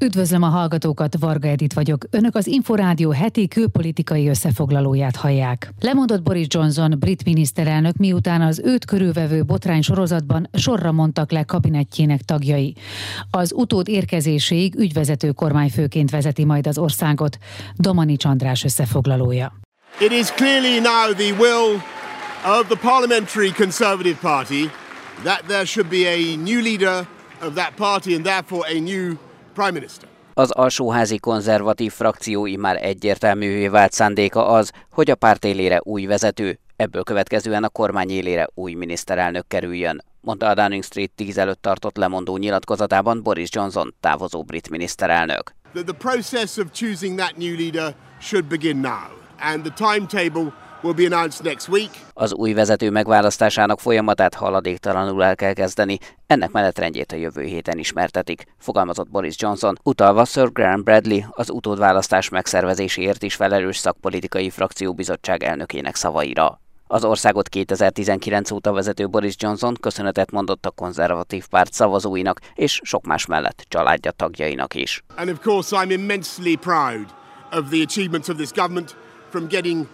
Üdvözlöm a hallgatókat, Varga Edit vagyok. Önök az Inforádió heti külpolitikai összefoglalóját hallják. Lemondott Boris Johnson, brit miniszterelnök, miután az őt körülvevő botrány sorozatban sorra mondtak le kabinettjének tagjai. Az utód érkezéséig ügyvezető kormányfőként vezeti majd az országot. Domanics András összefoglalója. It is clearly now the will of the Parliamentary Conservative Party that there should be a new leader of that party and therefore a new Prime Minister. Az alsóházi konzervatív frakció immár egyértelművé vált szándéka az, hogy a párt élére új vezető, ebből következően a kormány élére új miniszterelnök kerüljön, mondta a Downing Street 10 előtt tartott lemondó nyilatkozatában Boris Johnson, távozó brit miniszterelnök. The process of choosing that new leader should begin now, and the timetable will be announced next week. Az új vezető megválasztásának folyamatát haladéktalanul el kell kezdeni, ennek menetrendjét a jövő héten ismertetik, fogalmazott Boris Johnson, utalva Sir Graham Bradley, az utódválasztás megszervezéséért is felelős szakpolitikai frakcióbizottság elnökének szavaira. Az országot 2019 óta vezető Boris Johnson köszönetet mondott a konzervatív párt szavazóinak és sok más mellett családja tagjainak is. And of course I'm immensely proud of the achievements of this government from getting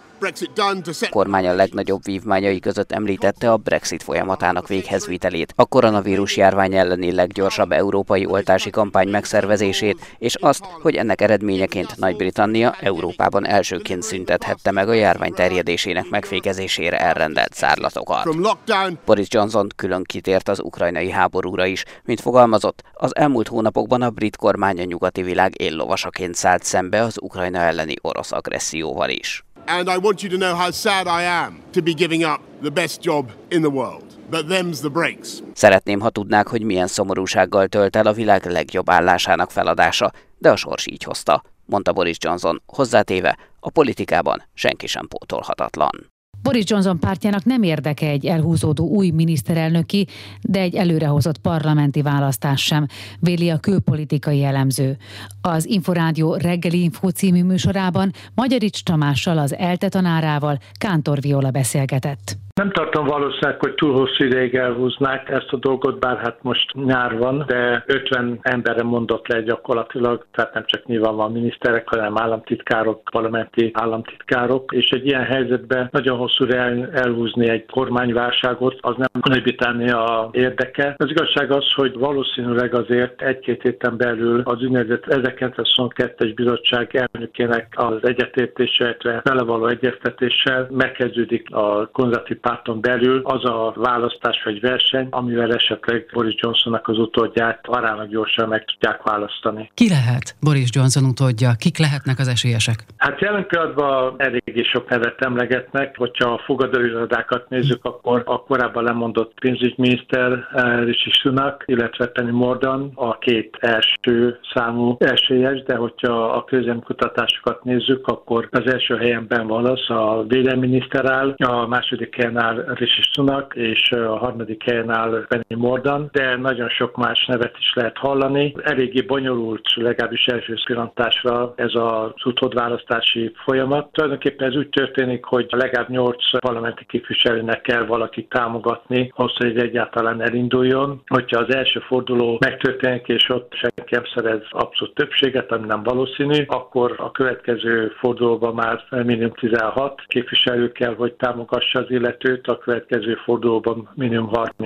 A kormány a legnagyobb vívmányai között említette a Brexit folyamatának véghezvitelét, a koronavírus járvány elleni leggyorsabb európai oltási kampány megszervezését, és azt, hogy ennek eredményeként Nagy-Britannia Európában elsőként szüntethette meg a járvány terjedésének megfékezésére elrendelt zárlatokat. Boris Johnson külön kitért az ukrajnai háborúra is, mint fogalmazott, az elmúlt hónapokban a brit kormány a nyugati világ éllovasaként szállt szembe az Ukrajna elleni orosz agresszióval is. And I want you to know how sad I am to be giving up the best job in the world. But them's the breaks. Szeretném, ha tudnák, hogy milyen szomorúsággal tölt el a világ legjobb állásának feladása, de a sors így hozta, mondta Boris Johnson, hozzátéve, a politikában senki sem pótolhatatlan. Boris Johnson pártjának nem érdeke egy elhúzódó új miniszterelnöki, de egy előrehozott parlamenti választás sem, véli a külpolitikai elemző. Az Inforádió reggeli infó című műsorában Magyarics Tamással, az ELTE tanárával Kántor Viola beszélgetett. Nem tartom valószínűleg, hogy túl hosszú ideig elhúznák ezt a dolgot, bár hát most nyár van, de 50 emberre mondott le gyakorlatilag, tehát nem csak nyilvánvalóan miniszterek, hanem államtitkárok, parlamenti államtitkárok, és egy ilyen helyzetben nagyon hosszúra elhúzni egy kormányválságot, az nem Nagy-Britannia érdeke. Az igazság az, hogy valószínűleg azért egy-két héten belül az úgynevezett 1922-es bizottság elnökének az egyetértése, illetve vele való egyeztetéssel megkezdődik a konzervatív párton belül az a választás vagy verseny, amivel esetleg Boris Johnsonnak az utódját aránylag gyorsan meg tudják választani. Ki lehet Boris Johnson utódja? Kik lehetnek az esélyesek? Hát jelen pillanatban eléggé sok nevet emlegetnek. Hogyha a fogadóirodákat nézzük, akkor a korábban lemondott pénzügyminiszter Rishi Sunak, illetve Penny Mordaunt a két első számú esélyes, de hogyha a közvéleménykutatásokat nézzük, akkor az első helyen benn Wallace, a védelminiszter áll, a második helyen áll Rishi Sunak, és a harmadik helyen áll Penny Mordaunt, de nagyon sok más nevet is lehet hallani. Eléggé bonyolult, legalábbis első pillantásra ez az utódválasztási folyamat. Tulajdonképpen ez úgy történik, hogy legalább 8 parlamenti képviselőnek kell valakit támogatni, ahhoz, hogy egyáltalán elinduljon. Hogyha az első forduló megtörténik, és ott senki nem szerez abszolút többséget, ami nem valószínű, akkor a következő fordulóban már minimum 16 képviselő kell, hogy támogassa az illetőt, a következő fordulóban minimum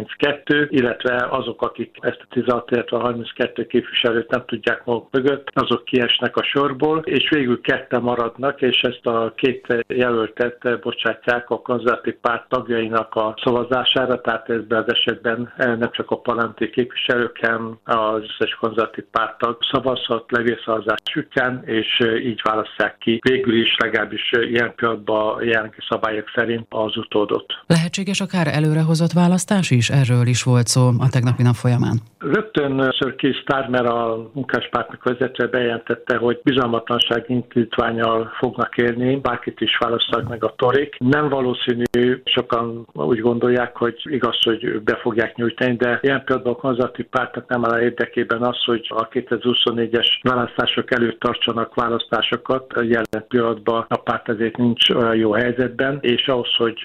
32, illetve azok, akik ezt a 16, illetve a 32 képviselőt nem tudják maguk mögött, azok kiesnek a sorból, és végül ketten maradnak, és ezt a két jelöltet bocsátják a konzervatív párt tagjainak a szavazására, tehát ebben az esetben nem csak a parlamenti képviselők, hanem az összes konzervatív párttag szavazhat levélszavazás útján, és így választják ki végül is, legalábbis ilyen pillanatban jelenlegi szabályok szerint az utódot. Lehetséges akár előrehozott választás is? Erről is volt szó a tegnapi nap folyamán. Rögtön Sir Keir Starmer, a munkáspártnak vezetője bejelentette, hogy bizalmatlanság indítvánnyal fognak élni, bárkit is választanak meg a torik. Nem valószínű, sokan úgy gondolják, hogy igaz, hogy be fogják nyújtani, de ilyen pillanatban a konzervatív pártnak nem áll érdekében az, hogy a 2024-es választások előtt tartsanak választásokat. Jelen pillanatban a párt ezért nincs olyan jó helyzetben, és ahhoz, hogy a bizalmat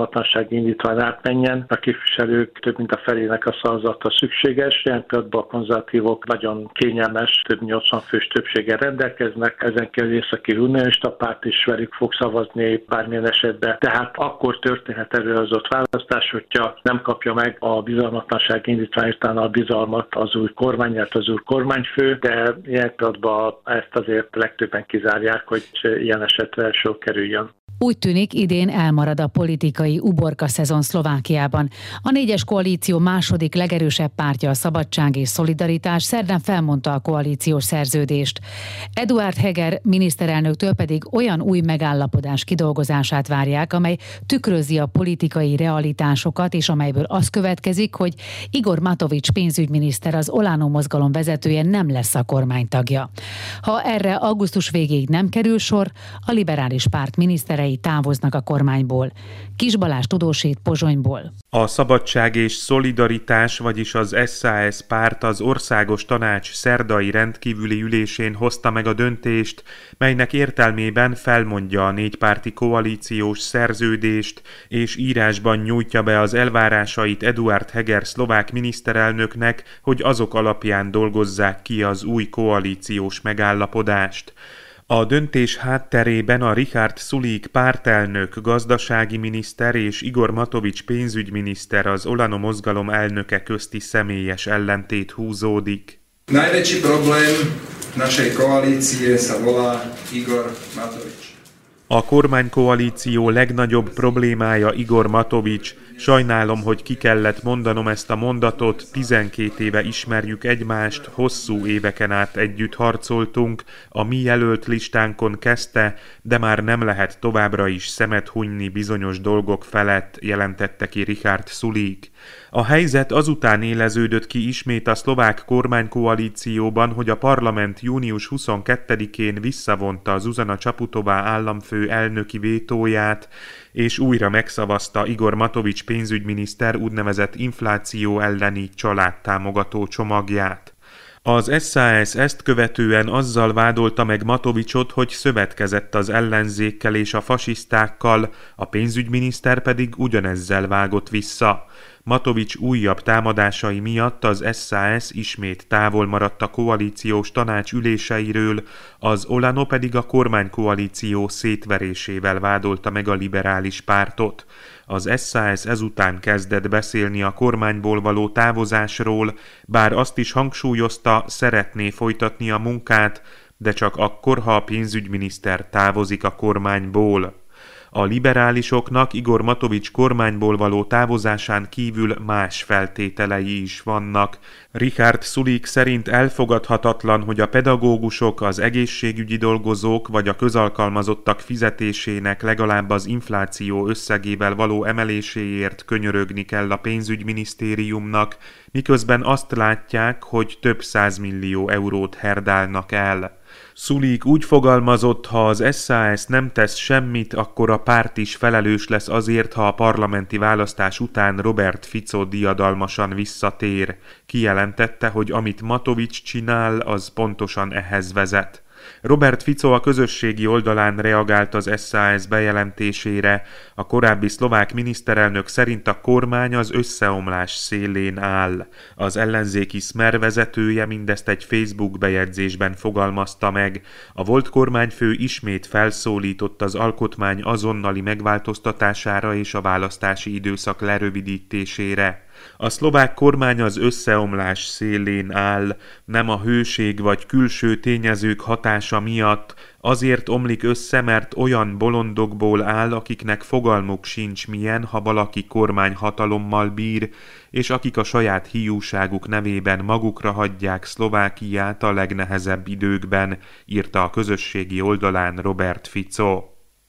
bizalmatlansági indítvány átmenjen. A képviselők több mint a felének a szavazata szükséges. Ilyen pillanatban a konzervatívok nagyon kényelmes, több 80 fős többséggel rendelkeznek. Ezen kívül Északi Unionista Párt is velük fog szavazni bármilyen esetben. Tehát akkor történhet előrehozott választás, hogyha nem kapja meg a bizalmatlansági indítvány után a bizalmat az új kormány, az új kormányfő, de ilyen pillanatban ezt azért legtöbben kizárják, hogy ilyen esetre sor kerüljön. Úgy tűnik, idén elmarad a politikai uborka szezon Szlovákiában. A 4-es koalíció második legerősebb pártja, a Szabadság és Szolidaritás szerdán felmondta a koalíciós szerződést. Eduard Heger miniszterelnöktől pedig olyan új megállapodás kidolgozását várják, amely tükrözi a politikai realitásokat, és amelyből az következik, hogy Igor Matovics pénzügyminiszter, az Olano mozgalom vezetője nem lesz a kormány tagja. Ha erre augusztus végéig nem kerül sor, a liberális párt miniszterei távoznak a kormányból. Kis Balázs tudósít Pozsonyból. A Szabadság és Szolidaritás, vagyis az SZSZ párt az Országos Tanács szerdai rendkívüli ülésén hozta meg a döntést, melynek értelmében felmondja a négypárti koalíciós szerződést, és írásban nyújtja be az elvárásait Eduard Heger szlovák miniszterelnöknek, hogy azok alapján dolgozzák ki az új koalíciós megállapodást. A döntés hátterében a Richard Sulík pártelnök, gazdasági miniszter és Igor Matovics pénzügyminiszter, az Olano mozgalom elnöke közti személyes ellentét húzódik. Najväčší problém našej koalície sa volá Igor Matovics. A kormánykoalíció legnagyobb problémája Igor Matovics. Sajnálom, hogy ki kellett mondanom ezt a mondatot, 12 éve ismerjük egymást, hosszú éveken át együtt harcoltunk, a mi jelölt listánkon kezdte, de már nem lehet továbbra is szemet hunyni bizonyos dolgok felett, jelentette ki Richard Sulík. A helyzet azután éleződött ki ismét a szlovák kormánykoalícióban, hogy a parlament június 22-én visszavonta Zuzana Čaputová államfő elnöki vétóját, és újra megszavazta Igor Matovics pénzügyminiszter úgynevezett infláció elleni családtámogató csomagját. Az SZSZ ezt követően azzal vádolta meg Matovicsot, hogy szövetkezett az ellenzékkel és a fasisztákkal, a pénzügyminiszter pedig ugyanezzel vágott vissza. Matovics újabb támadásai miatt az SZSZ ismét távol maradt a koalíciós tanács üléseiről, az Olano pedig a kormánykoalíció szétverésével vádolta meg a liberális pártot. Az SZSZ ezután kezdett beszélni a kormányból való távozásról, bár azt is hangsúlyozta, szeretné folytatni a munkát, de csak akkor, ha a pénzügyminiszter távozik a kormányból. A liberálisoknak Igor Matovics kormányból való távozásán kívül más feltételei is vannak. Richard Sulík szerint elfogadhatatlan, hogy a pedagógusok, az egészségügyi dolgozók vagy a közalkalmazottak fizetésének legalább az infláció összegével való emeléséért könyörögni kell a pénzügyminisztériumnak, miközben azt látják, hogy több 100 millió eurót herdálnak el. Sulík úgy fogalmazott, ha az SZSZ nem tesz semmit, akkor a párt is felelős lesz azért, ha a parlamenti választás után Robert Fico diadalmasan visszatér. Kijelentette, hogy amit Matovics csinál, az pontosan ehhez vezet. Robert Fico a közösségi oldalán reagált az SZSZ bejelentésére. A korábbi szlovák miniszterelnök szerint a kormány az összeomlás szélén áll. Az ellenzéki Smer vezetője mindezt egy Facebook bejegyzésben fogalmazta meg. A volt kormányfő ismét felszólított az alkotmány azonnali megváltoztatására és a választási időszak lerövidítésére. A szlovák kormány az összeomlás szélén áll, nem a hőség vagy külső tényezők hatása miatt, azért omlik össze, mert olyan bolondokból áll, akiknek fogalmuk sincs milyen, ha valaki kormányhatalommal bír, és akik a saját hiúságuk nevében magukra hagyják Szlovákiát a legnehezebb időkben, írta a közösségi oldalán Robert Fico.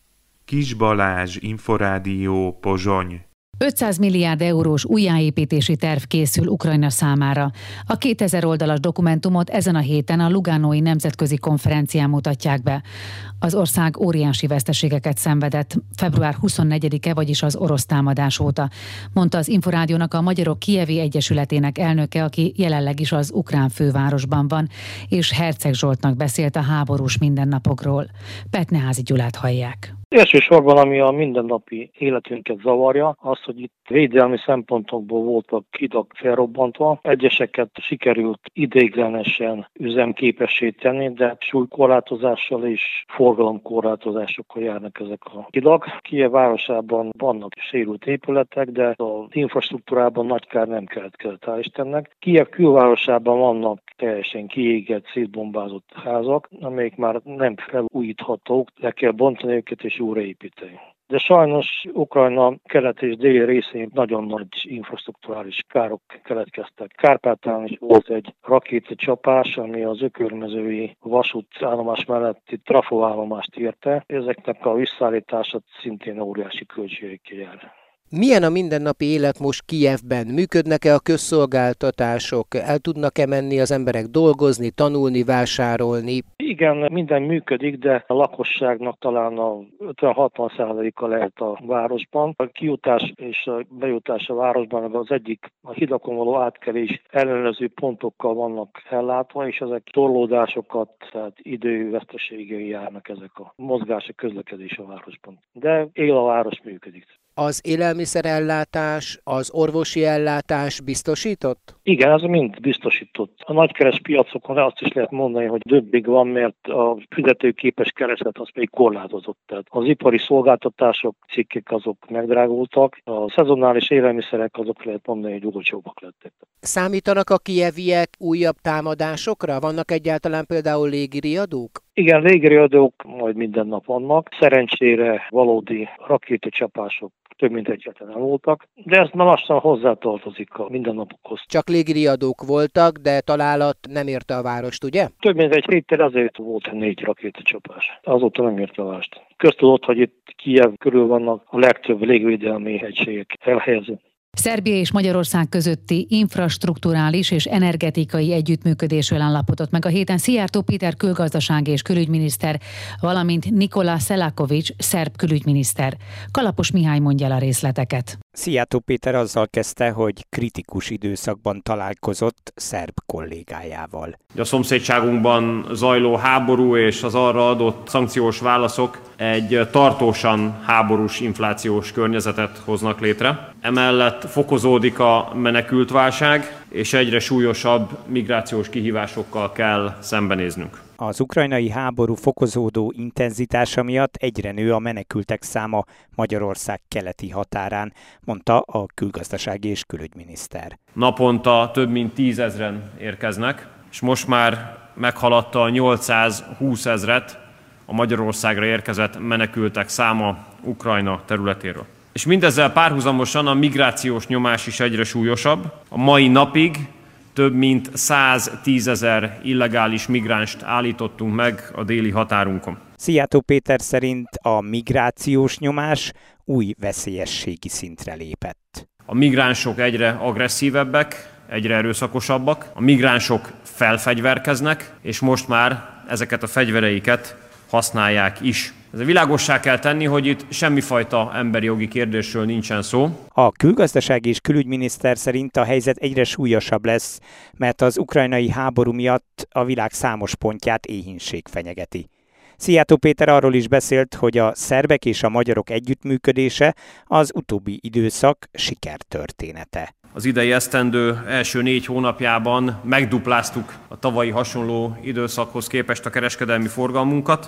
Kis Balázs, Inforádió, Pozsony. 500 milliárd eurós újjáépítési terv készül Ukrajna számára. A 2000 oldalas dokumentumot ezen a héten a Lugánói Nemzetközi Konferencián mutatják be. Az ország óriási veszteségeket szenvedett február 24-e, vagyis az orosz támadás óta, mondta az Inforádiónak a Magyarok Kijevi Egyesületének elnöke, aki jelenleg is az ukrán fővárosban van, és Herceg Zsoltnak beszélt a háborús mindennapokról. Petneházi Gyulát hallják. Elsősorban, ami a mindennapi életünket zavarja, az, hogy itt védelmi szempontokból voltak hidak felrobbantva. Egyeseket sikerült ideiglenesen üzemképessé tenni, de súlykorlátozással és forgalomkorlátozásokkal járnak ezek a hidak. Kijev városában vannak sérült épületek, de az infrastruktúrában nagy kár nem keletkezett, hál' Istennek. Kijev külvárosában vannak teljesen kiégett, szétbombázott házak, amelyek már nem felújíthatók, le kell bontani őket és újraépíteni. De sajnos Ukrajna kelet és déli részén nagyon nagy infrastrukturális károk keletkeztek. Kárpátalján is volt egy rakétacsapás, ami az ökörmezői vasútállomás melletti trafóállomást érte. Ezeknek a visszaállítása szintén óriási költségekkel jár. Milyen a mindennapi élet most Kijevben? Működnek-e a közszolgáltatások? El tudnak-e menni az emberek dolgozni, tanulni, vásárolni? Igen, minden működik, de a lakosságnak talán a 50-60%-a lehet a városban. A kijutás és a bejutás a városban az egyik a hidakon való átkelés ellenőrző pontokkal vannak ellátva, és ezek torlódásokat, tehát időveszteségei járnak ezek a mozgás, a közlekedés a városban. De él a város, működik. Az élelmiszerellátás, az orvosi ellátás biztosított? Igen, ez mind biztosított. A nagykeres piacokon azt is lehet mondani, hogy döbbig van, mert a fizetőképes kereslet az még korlátozott. Tehát az ipari szolgáltatások, cikkek azok megdrágultak, a szezonális élelmiszerek azok lehet mondani, hogy olcsóbbak lettek. Számítanak a kijeviek újabb támadásokra? Vannak egyáltalán például légiriadók? Igen, légiriadók majd minden nap vannak. Szerencsére valódi rakétacsapások több mint egyáltalán nem voltak, de ez már lassan hozzátartozik a mindennapokhoz. Csak légiriadók voltak, de találat nem érte a várost, ugye? Több mint egy héttel azért volt 4 rakétacsapás. Azóta nem érte a várost. Köztudott, hogy itt Kijev körül vannak a legtöbb légvédelmi egységek elhelyezve. Szerbia és Magyarország közötti infrastrukturális és energetikai együttműködésről állapodott meg a héten Szijjártó Péter külgazdasági és külügyminiszter, valamint Nikola Selakovics szerb külügyminiszter. Kalapos Mihály mondja el a részleteket. Szijjártó Péter azzal kezdte, hogy kritikus időszakban találkozott szerb kollégájával. A szomszédságunkban zajló háború és az arra adott szankciós válaszok egy tartósan háborús inflációs környezetet hoznak létre. Emellett fokozódik a menekültválság, és egyre súlyosabb migrációs kihívásokkal kell szembenéznünk. Az ukrajnai háború fokozódó intenzitása miatt egyre nő a menekültek száma Magyarország keleti határán, mondta a külgazdasági és külügyminiszter. Naponta több mint 10 000 érkeznek, és most már meghaladta a 820 000 a Magyarországra érkezett menekültek száma Ukrajna területéről. És mindezzel párhuzamosan a migrációs nyomás is egyre súlyosabb. A mai napig több mint 110 000 illegális migránst állítottunk meg a déli határunkon. Szijjártó Péter szerint a migrációs nyomás új veszélyességi szintre lépett. A migránsok egyre agresszívebbek, egyre erőszakosabbak, a migránsok felfegyverkeznek, és most már ezeket a fegyvereiket használják is. Ez világossá kell tenni, hogy itt semmifajta emberi jogi kérdésről nincsen szó. A külgazdasági és külügyminiszter szerint a helyzet egyre súlyosabb lesz, mert az ukrajnai háború miatt a világ számos pontját éhínség fenyegeti. Szijjártó Péter arról is beszélt, hogy a szerbek és a magyarok együttműködése az utóbbi időszak sikertörténete. Az idei esztendő első 4 hónapjában megdupláztuk a tavalyi hasonló időszakhoz képest a kereskedelmi forgalmunkat,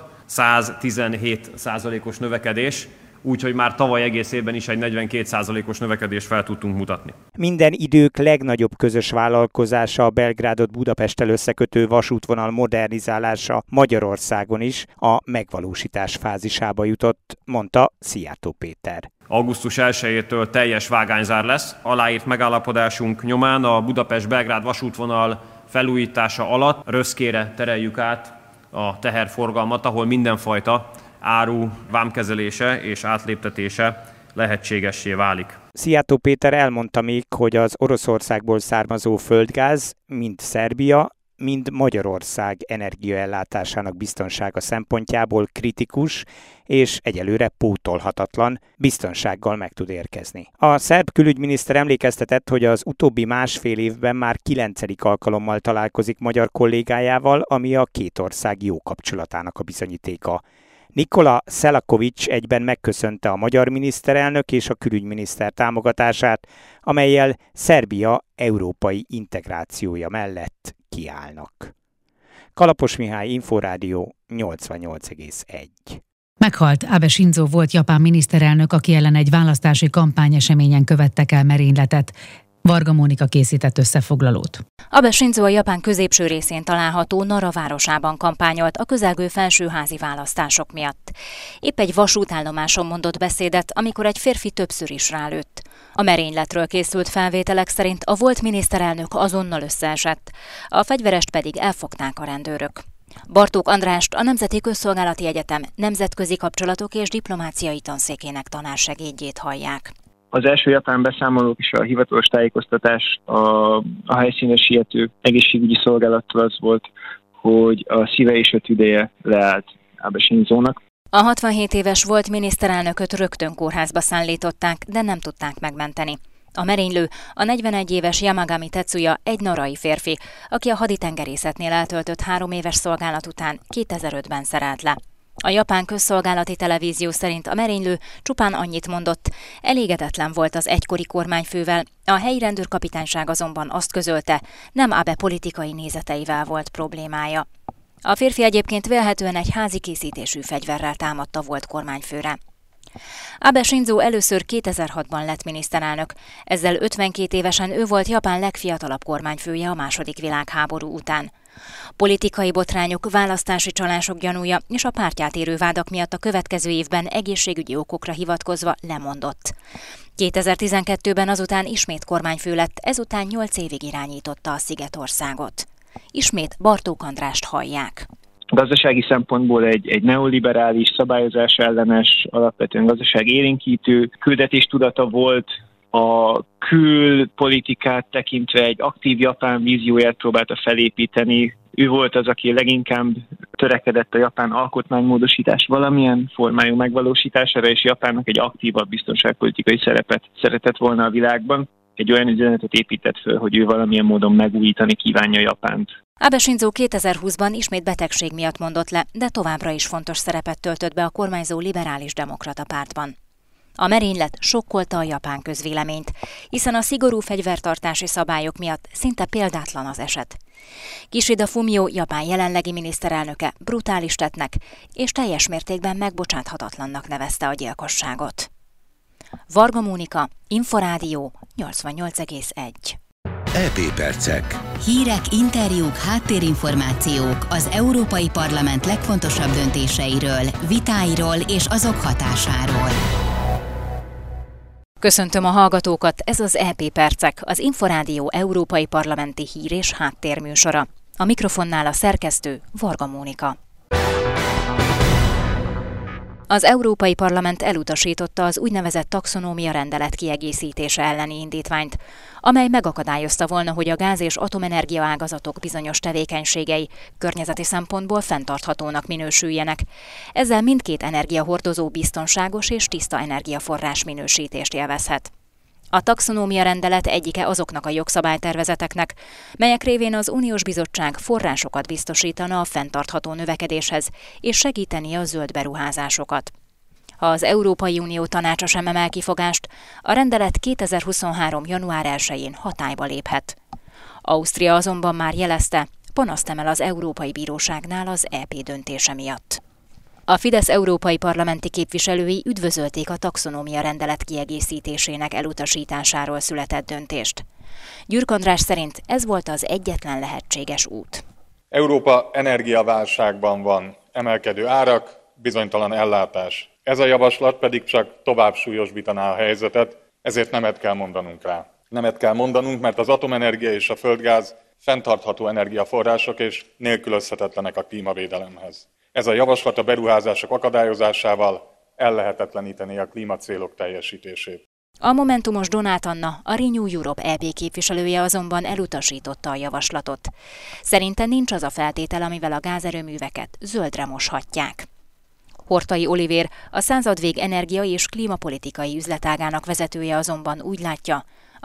117%-os növekedés, úgyhogy már tavaly egész évben is egy 42%-os növekedést fel tudtunk mutatni. Minden idők legnagyobb közös vállalkozása a Belgrádot Budapesttel összekötő vasútvonal modernizálása Magyarországon is a megvalósítás fázisába jutott, mondta Szijjártó Péter. Augusztus 1-től teljes vágányzár lesz. Aláírt megállapodásunk nyomán a Budapest-Belgrád vasútvonal felújítása alatt Röszkére tereljük át a teherforgalmat, ahol mindenfajta áru vámkezelése és átléptetése lehetségessé válik. Szijjártó Péter elmondta még, hogy az Oroszországból származó földgáz mind Szerbia, mind Magyarország energiaellátásának biztonsága szempontjából kritikus és egyelőre pótolhatatlan biztonsággal meg tud érkezni. A szerb külügyminiszter emlékeztetett, hogy az utóbbi másfél évben már 9. alkalommal találkozik magyar kollégájával, ami a két ország jó kapcsolatának a bizonyítéka. Nikola Selakovics egyben megköszönte a magyar miniszterelnök és a külügyminiszter támogatását, amellyel Szerbia európai integrációja mellett kiállnak. Kalapos Mihály, Inforádió 88,1. Meghalt Abe Shinzo volt japán miniszterelnök, aki ellen egy választási kampányeseményen követtek el merényletet. Varga Mónika készített összefoglalót. Abe Shinzo a Japán középső részén található Nara városában kampányolt a közelgő felsőházi választások miatt. Épp egy vasútállomáson mondott beszédet, amikor egy férfi többször is rálőtt. A merényletről készült felvételek szerint a volt miniszterelnök azonnal összeesett, a fegyverest pedig elfogták a rendőrök. Bartók Andrást, a Nemzeti Közszolgálati Egyetem nemzetközi kapcsolatok és diplomáciai tanszékének tanársegédjét hallják. Az első japán beszámolók és a hivatalos tájékoztatás a helyszínen siető egészségügyi szolgálattól az volt, hogy a szíve és a tüdeje leállt Abe Shinzónak. A 67 éves volt miniszterelnököt rögtön kórházba szállították, de nem tudták megmenteni. A merénylő, a 41 éves Yamagami Tetsuya egy narai férfi, aki a haditengerészetnél eltöltött 3 éves szolgálat után 2005-ben szerelt le. A japán közszolgálati televízió szerint a merénylő csupán annyit mondott, elégedetlen volt az egykori kormányfővel, a helyi rendőrkapitányság azonban azt közölte, nem Abe politikai nézeteivel volt problémája. A férfi egyébként vélhetően egy házi készítésű fegyverrel támadta volt kormányfőre. Abe Shinzo először 2006-ban lett miniszterelnök, ezzel 52 évesen ő volt Japán legfiatalabb kormányfője a II. Világháború után. Politikai botrányok, választási csalások gyanúja és a pártját érő vádak miatt a következő évben egészségügyi okokra hivatkozva lemondott. 2012-ben azután ismét kormányfő lett, ezután 8 évig irányította a Szigetországot. Ismét Bartók Andrást hallják. Gazdasági szempontból egy neoliberális, szabályozás ellenes, alapvetően gazdaság élénkítő küldetéstudata volt, a külpolitikát tekintve egy aktív japán vízióját próbálta felépíteni. Ő volt az, aki leginkább törekedett a japán alkotmánymódosítás valamilyen formájú megvalósítására, és Japánnak egy aktívabb biztonságpolitikai szerepet szeretett volna a világban. Egy olyan üzenetet épített föl, hogy ő valamilyen módon megújítani kívánja Japánt. Abe Shinzo 2020-ban ismét betegség miatt mondott le, de továbbra is fontos szerepet töltött be a kormányzó liberális demokrata pártban. A merénylet sokkolta a japán közvéleményt, hiszen a szigorú fegyvertartási szabályok miatt szinte példátlan az eset. Kishida Fumio, Japán jelenlegi miniszterelnöke brutális tettnek és teljes mértékben megbocsáthatatlannak nevezte a gyilkosságot. Varga Mónika, Inforádió 88,1. EP percek. Hírek, interjúk, háttérinformációk az Európai Parlament legfontosabb döntéseiről, vitáiról és azok hatásáról. Köszöntöm a hallgatókat, ez az EP percek, az Inforádió Európai Parlamenti hír- és háttérműsora. A mikrofonnál a szerkesztő Varga Mónika. Az Európai Parlament elutasította az úgynevezett taxonómia rendelet kiegészítése elleni indítványt, amely megakadályozta volna, hogy a gáz- és atomenergia ágazatok bizonyos tevékenységei környezeti szempontból fenntarthatónak minősüljenek. Ezzel mindkét energiahordozó biztonságos és tiszta energiaforrás minősítést élvezhet. A taxonómia rendelet egyike azoknak a jogszabálytervezeteknek, melyek révén az Uniós Bizottság forrásokat biztosítana a fenntartható növekedéshez és segíteni a zöld beruházásokat. Ha az Európai Unió Tanácsa sem emel kifogást, a rendelet 2023. január 1-én hatályba léphet. Ausztria azonban már jelezte, panaszt emel az Európai Bíróságnál az EP döntése miatt. A Fidesz európai parlamenti képviselői üdvözölték a taxonómia rendelet kiegészítésének elutasításáról született döntést. Gyürk András szerint ez volt az egyetlen lehetséges út. Európa energiaválságban van, emelkedő árak, bizonytalan ellátás. Ez a javaslat pedig csak tovább súlyosbítaná a helyzetet, ezért nemet kell mondanunk rá. Nemet kell mondanunk, mert az atomenergia és a földgáz fenntartható energiaforrások és nélkülözhetetlenek a klímavédelemhez. Ez a javaslat a beruházások akadályozásával ellehetetlenítené a klímacélok teljesítését. A momentumos Donát Anna, a Renew Europe EP képviselője azonban elutasította a javaslatot. Szerinte nincs az a feltétel, amivel a gázerőműveket zöldre moshatják. Hortai Olivér, a Századvég energia- és klímapolitikai üzletágának vezetője azonban úgy látja,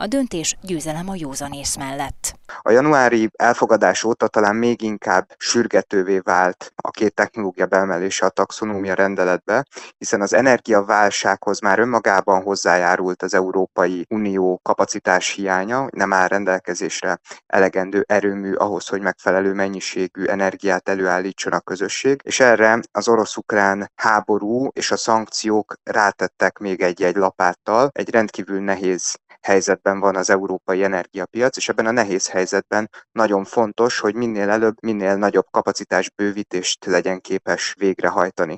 A döntés győzelem a józanész mellett. A januári elfogadás óta talán még inkább sürgetővé vált a két technológia beemelése a taxonómia rendeletbe, hiszen az energiaválsághoz már önmagában hozzájárult az Európai Unió kapacitás hiánya, nem áll rendelkezésre elegendő erőmű ahhoz, hogy megfelelő mennyiségű energiát előállítson a közösség, és erre az orosz-ukrán háború és a szankciók rátettek még egy lapáttal. Egy rendkívül nehéz helyzetben van az európai energiapiac, és ebben a nehéz helyzetben nagyon fontos, hogy minél előbb, minél nagyobb kapacitásbővítést legyen képes végrehajtani.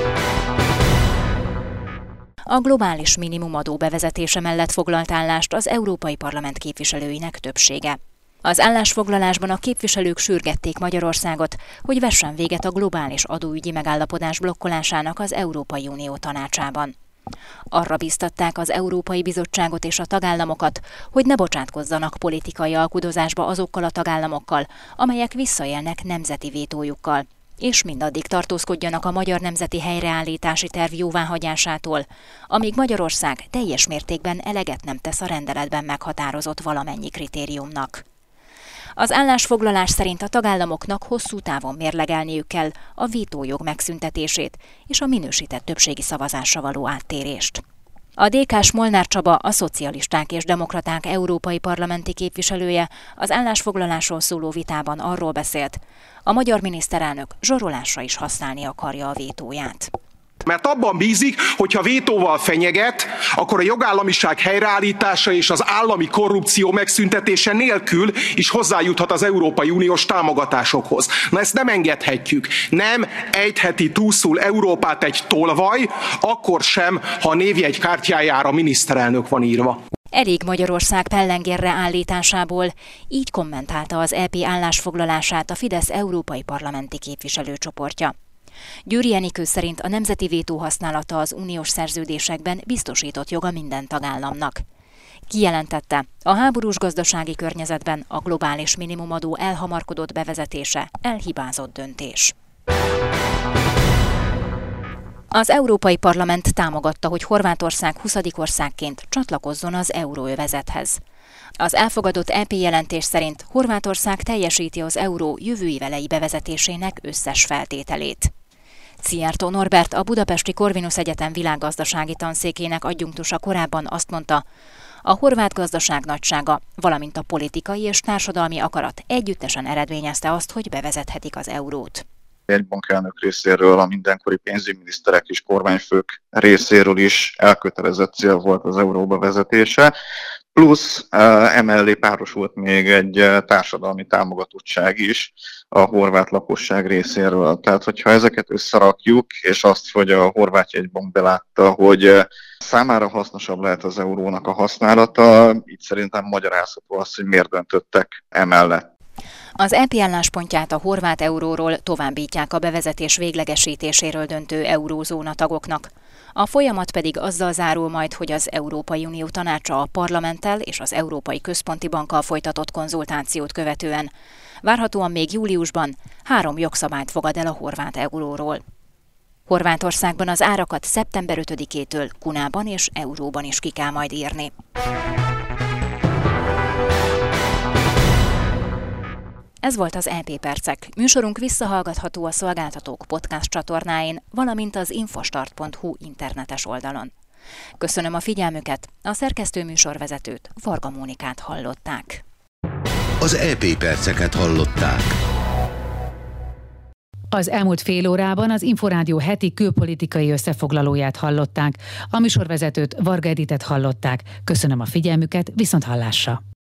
A globális minimumadó bevezetése mellett foglalt állást az Európai Parlament képviselőinek többsége. Az állásfoglalásban a képviselők sürgették Magyarországot, hogy vessen véget a globális adóügyi megállapodás blokkolásának az Európai Unió tanácsában. Arra bíztatták az Európai Bizottságot és a tagállamokat, hogy ne bocsátkozzanak politikai alkudozásba azokkal a tagállamokkal, amelyek visszaélnek nemzeti vétójukkal, és mindaddig tartózkodjanak a magyar nemzeti helyreállítási terv jóváhagyásától, amíg Magyarország teljes mértékben eleget nem tesz a rendeletben meghatározott valamennyi kritériumnak. Az állásfoglalás szerint a tagállamoknak hosszú távon mérlegelniük kell a vétójog megszüntetését és a minősített többségi szavazásra való áttérést. A DK-s Molnár Csaba, a Szocialisták és Demokraták európai parlamenti képviselője az állásfoglalásról szóló vitában arról beszélt, a magyar miniszterelnök zsarolásra is használni akarja a vétóját. Mert abban bízik, hogy ha vétóval fenyeget, akkor a jogállamiság helyreállítása és az állami korrupció megszüntetése nélkül is hozzájuthat az Európai Uniós támogatásokhoz. Na ezt nem engedhetjük. Nem ejtheti túlszul Európát egy tolvaj, akkor sem, ha a névjegy kártyájára miniszterelnök van írva. Elég Magyarország pellengérre állításából, így kommentálta az EP állásfoglalását a Fidesz európai parlamenti képviselőcsoportja. Győri Enikő szerint a nemzeti vétó használata az uniós szerződésekben biztosított joga minden tagállamnak. Kijelentette, a háborús gazdasági környezetben a globális minimumadó elhamarkodott bevezetése elhibázott döntés. Az Európai Parlament támogatta, hogy Horvátország 20. országként csatlakozzon az euróövezethez. Az elfogadott EP jelentés szerint Horvátország teljesíti az euró jövő évelei bevezetésének összes feltételét. Szijjártó Norbert, a Budapesti Corvinus Egyetem világgazdasági tanszékének adjunktusa korábban azt mondta, a horvát gazdaság nagysága, valamint a politikai és társadalmi akarat együttesen eredményezte azt, hogy bevezethetik az eurót. Jegybankelnök részéről, a mindenkori pénzügyminiszterek és kormányfők részéről is elkötelezett cél volt az euróba vezetése, plusz emellé párosult még egy társadalmi támogatottság is a horvát lakosság részéről. Tehát, hogyha ezeket összerakjuk, és azt, hogy a horvát jegybank belátta, hogy számára hasznosabb lehet az eurónak a használata, így szerintem magyarázható az, hogy miért döntöttek emellett. Az EP álláspontját a horvát euróról továbbítják a bevezetés véglegesítéséről döntő eurózóna tagoknak. A folyamat pedig azzal zárul majd, hogy az Európai Unió Tanácsa a Parlamenttel és az Európai Központi Bankkal folytatott konzultációt követően várhatóan még júliusban 3 jogszabályt fogad el a horvát euróról. Horvátországban az árakat szeptember 5-től kunában és euróban is ki kell majd írni. Ez volt az EP Percek. Műsorunk visszahallgatható a Szolgáltatók podcast csatornáin, valamint az infostart.hu internetes oldalon. Köszönöm a figyelmüket, a szerkesztő műsorvezetőt, Varga Mónikát hallották. Az EP Perceket hallották. Az elmúlt fél órában az Inforádió heti külpolitikai összefoglalóját hallották. A műsorvezetőt, Varga Editet hallották. Köszönöm a figyelmüket, viszonthallásra!